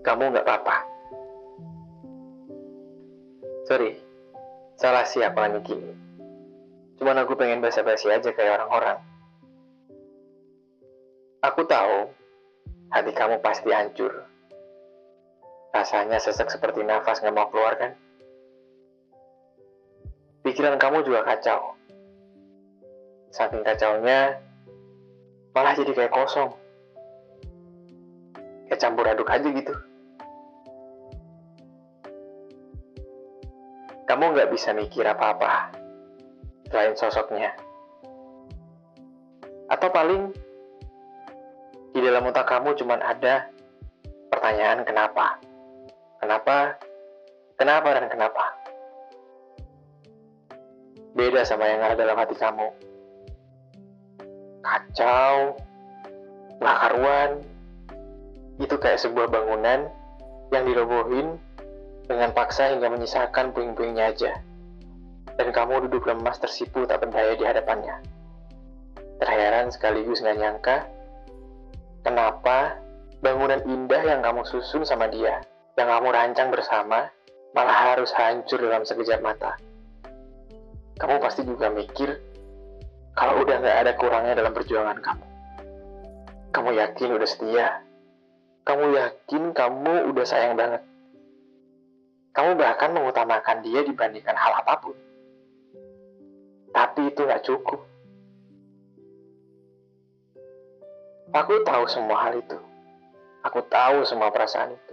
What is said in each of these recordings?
Kamu nggak apa-apa. Sorry, salah sih aku nanya gini. Cuman aku pengen basa-basi aja kayak orang-orang. Aku tahu hati kamu pasti hancur. Rasanya sesek seperti nafas nggak mau keluar kan? Pikiran kamu juga kacau. Saking kacaunya, malah jadi kayak kosong. Kayak campur aduk aja gitu. Kamu nggak bisa mikir apa-apa selain sosoknya. Atau paling di dalam otak kamu cuma ada pertanyaan kenapa. Kenapa, kenapa, dan kenapa. Beda sama yang ada dalam hati kamu. Kacau, nggak karuan. Itu kayak sebuah bangunan yang dirobohin dengan paksa hingga menyisakan puing-puingnya aja. Dan kamu duduk lemas tersipu tak berdaya di hadapannya. Terheran sekaligus nggak nyangka kenapa bangunan indah yang kamu susun sama dia, yang kamu rancang bersama, malah harus hancur dalam sekejap mata. Kamu pasti juga mikir kalau udah nggak ada kurangnya dalam perjuangan kamu. Kamu yakin udah setia. Kamu yakin kamu udah sayang banget. Kamu bahkan mengutamakan dia dibandingkan hal apapun. Tapi itu nggak cukup. Aku tahu semua hal itu. Aku tahu semua perasaan itu.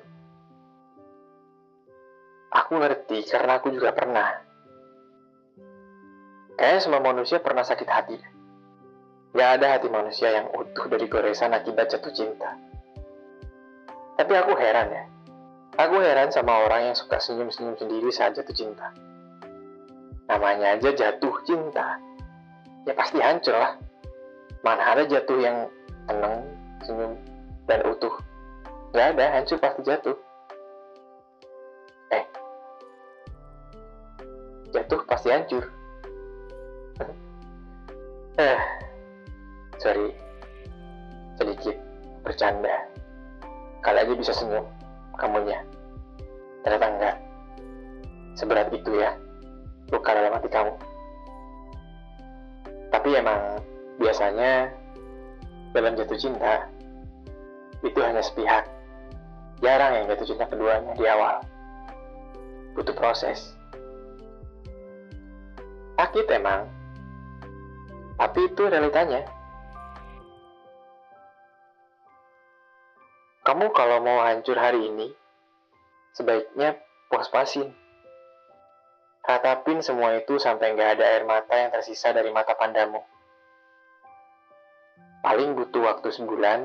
Aku ngerti karena aku juga pernah. Kayaknya semua manusia pernah sakit hati. Gak ada hati manusia yang utuh dari goresan akibat jatuh cinta. Tapi aku heran ya. Aku heran sama orang yang suka senyum-senyum sendiri saat jatuh cinta. Namanya aja jatuh cinta. Ya pasti hancur lah. Mana ada jatuh yang tenang, senyum, dan utuh. Gak ada, hancur pasti jatuh. Jatuh pasti hancur. Sorry, sedikit bercanda. Kali aja bisa senyum, kamunya. Ternyata enggak. Seberat itu ya, luka dalam hati kamu. Tapi emang biasanya dalam jatuh cinta itu hanya sepihak. Jarang yang jatuh cinta keduanya di awal. Butuh proses. Sakit emang, tapi itu realitanya. Kamu kalau mau hancur hari ini, sebaiknya puas-puasin. Ratapin semua itu sampai nggak ada air mata yang tersisa dari mata pandamu. Paling butuh waktu sebulan,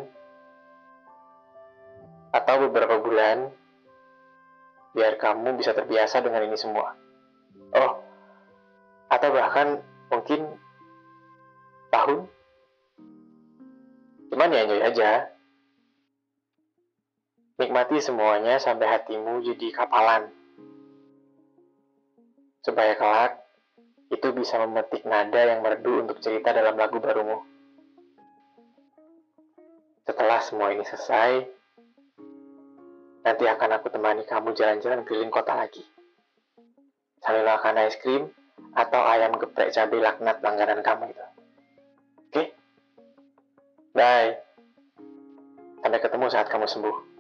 atau beberapa bulan, biar kamu bisa terbiasa dengan ini semua. Oh, atau bahkan mungkin tahun. Cuman ya enjoy aja. Nikmati semuanya sampai hatimu jadi kapalan. Supaya kelak, itu bisa memetik nada yang merdu untuk cerita dalam lagu barumu. Setelah semua ini selesai, nanti akan aku temani kamu jalan-jalan keliling kota lagi. Sambil makan es krim atau ayam geprek cabai laknat langganan kamu itu. Oke? Bye. Sampai ketemu saat kamu sembuh.